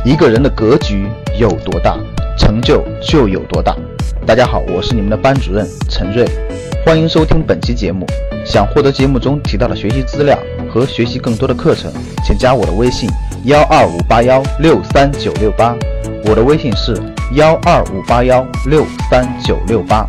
一个人的格局有多大，成就有多大。大家好，我是你们的班主任陈瑞，欢迎收听本期节目。想获得节目中提到的学习资料和学习更多的课程，请加我的微信125816398，我的微信是125816398。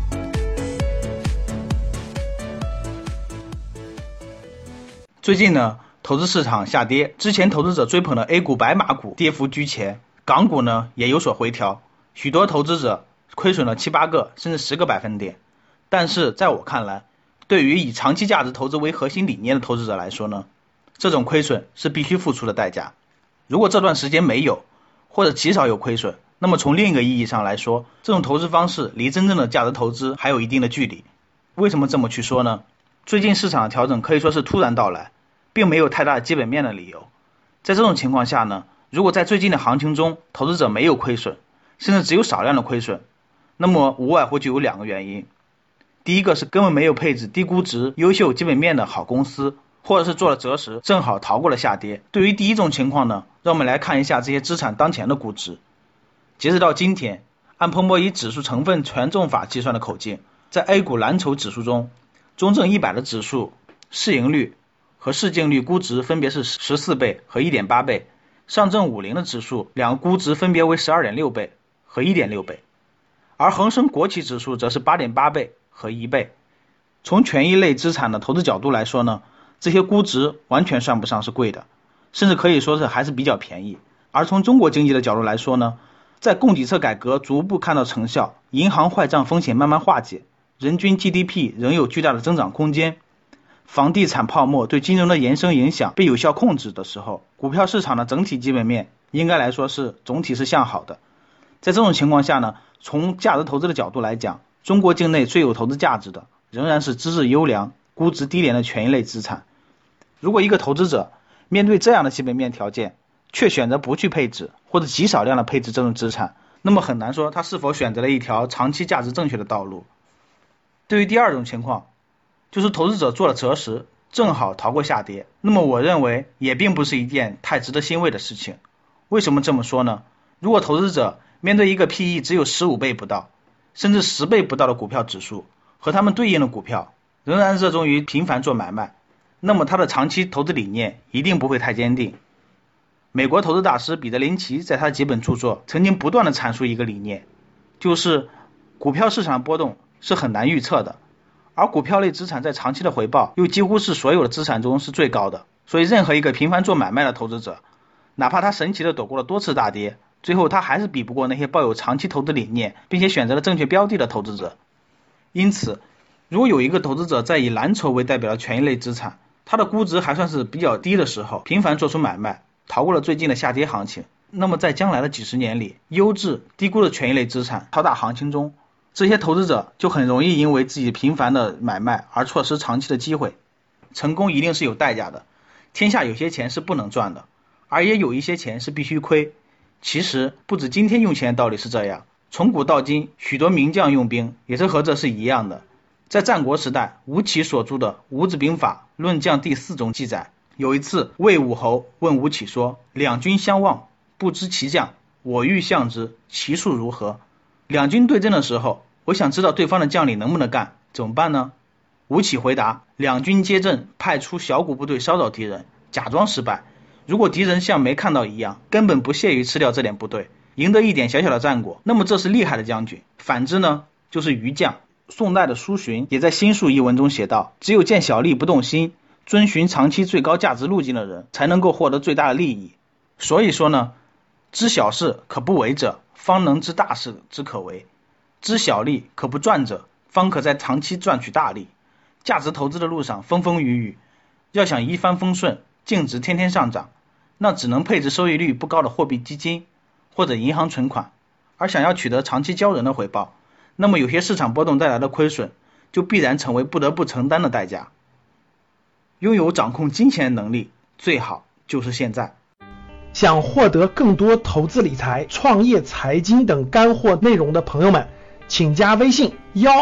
最近呢，投资市场下跌，之前投资者追捧的 A 股白马股跌幅居前，港股呢也有所回调，许多投资者亏损了7、8个甚至10个百分点。但是在我看来，对于以长期价值投资为核心理念的投资者来说呢，这种亏损是必须付出的代价。如果这段时间没有或者极少有亏损，那么从另一个意义上来说，这种投资方式离真正的价值投资还有一定的距离。为什么这么去说呢？最近市场的调整可以说是突然到来，并没有太大的基本面的理由。在这种情况下呢，如果在最近的行情中投资者没有亏损，甚至只有少量的亏损，那么无外乎就有2个原因。第一个是根本没有配置低估值优秀基本面的好公司，或者是做了择时正好逃过了下跌。对于第一种情况呢，让我们来看一下这些资产当前的估值。截止到今天，按彭博以指数成分权重法计算的口径，在 A 股蓝筹指数中，中证100的指数市盈率和市净率估值分别是14倍和 1.8 倍，上证50的指数两个估值分别为 12.6 倍和 1.6 倍，而恒生国企指数则是 8.8 倍和1倍。从权益类资产的投资角度来说呢，这些估值完全算不上是贵的，甚至可以说是还是比较便宜。而从中国经济的角度来说呢，在供给侧改革逐步看到成效，银行坏账风险慢慢化解，人均 GDP 仍有巨大的增长空间，房地产泡沫对金融的延伸影响被有效控制的时候，股票市场的整体基本面应该来说是总体是向好的。在这种情况下呢，从价值投资的角度来讲，中国境内最有投资价值的仍然是资质优良、估值低廉的权益类资产。如果一个投资者面对这样的基本面条件，却选择不去配置或者极少量的配置这种资产，那么很难说他是否选择了一条长期价值正确的道路。对于第二种情况，就是投资者做了择时正好逃过下跌，那么我认为也并不是一件太值得欣慰的事情。为什么这么说呢？如果投资者面对一个 PE 只有15倍不到甚至10倍不到的股票指数和他们对应的股票，仍然热衷于频繁做买卖，那么他的长期投资理念一定不会太坚定。美国投资大师彼得林奇在他几本著作曾经不断地阐述一个理念，就是股票市场波动是很难预测的，而股票类资产在长期的回报又几乎是所有的资产中是最高的。所以任何一个频繁做买卖的投资者，哪怕他神奇的躲过了多次大跌，最后他还是比不过那些抱有长期投资理念并且选择了正确标的的投资者。因此，如果有一个投资者在以蓝筹为代表的权益类资产，它的估值还算是比较低的时候频繁做出买卖，逃过了最近的下跌行情，那么在将来的几十年里，优质低估的权益类资产超大行情中，这些投资者就很容易因为自己频繁的买卖而错失长期的机会。成功一定是有代价的，天下有些钱是不能赚的，而也有一些钱是必须亏。其实不止今天用钱的道理是这样，从古到今许多名将用兵也是和这是一样的。在战国时代，吴起所著的《吴子兵法·论将第4》中记载，有一次魏武侯问吴起说，两军相望，不知其将，我欲相之，其术如何？两军对阵的时候，我想知道对方的将领能不能干，怎么办呢？吴起回答，两军接阵，派出小股部队骚扰敌人，假装失败，如果敌人像没看到一样，根本不屑于吃掉这点部队，赢得一点小小的战果，那么这是厉害的将军。反之呢，就是愚将。宋代的苏洵也在《新术》一文中写道，只有见小利不动心，遵循长期最高价值路径的人，才能够获得最大的利益。所以说呢，知小事可不为者，方能知大事之可为；知小利可不赚者，方可在长期赚取大利。价值投资的路上风风雨雨，要想一帆风顺，净值天天上涨，那只能配置收益率不高的货币基金或者银行存款。而想要取得长期骄人的回报，那么有些市场波动带来的亏损，就必然成为不得不承担的代价。拥有掌控金钱的能力，最好就是现在。 想获得更多投资理财、创业财经等干货内容的朋友们，请加微信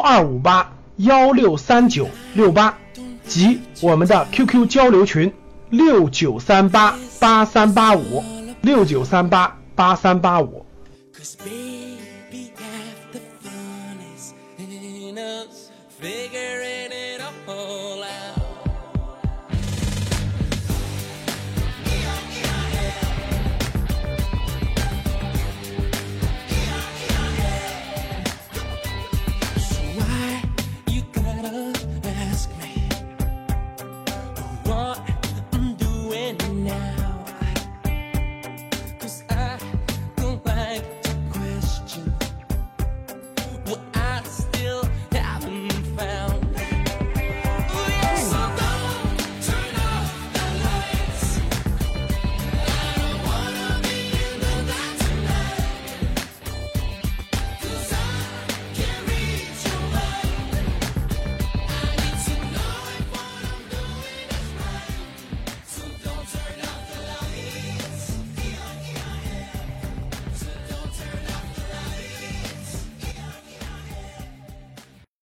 1258163968及我们的 QQ 交流群6938838569388385。 8385。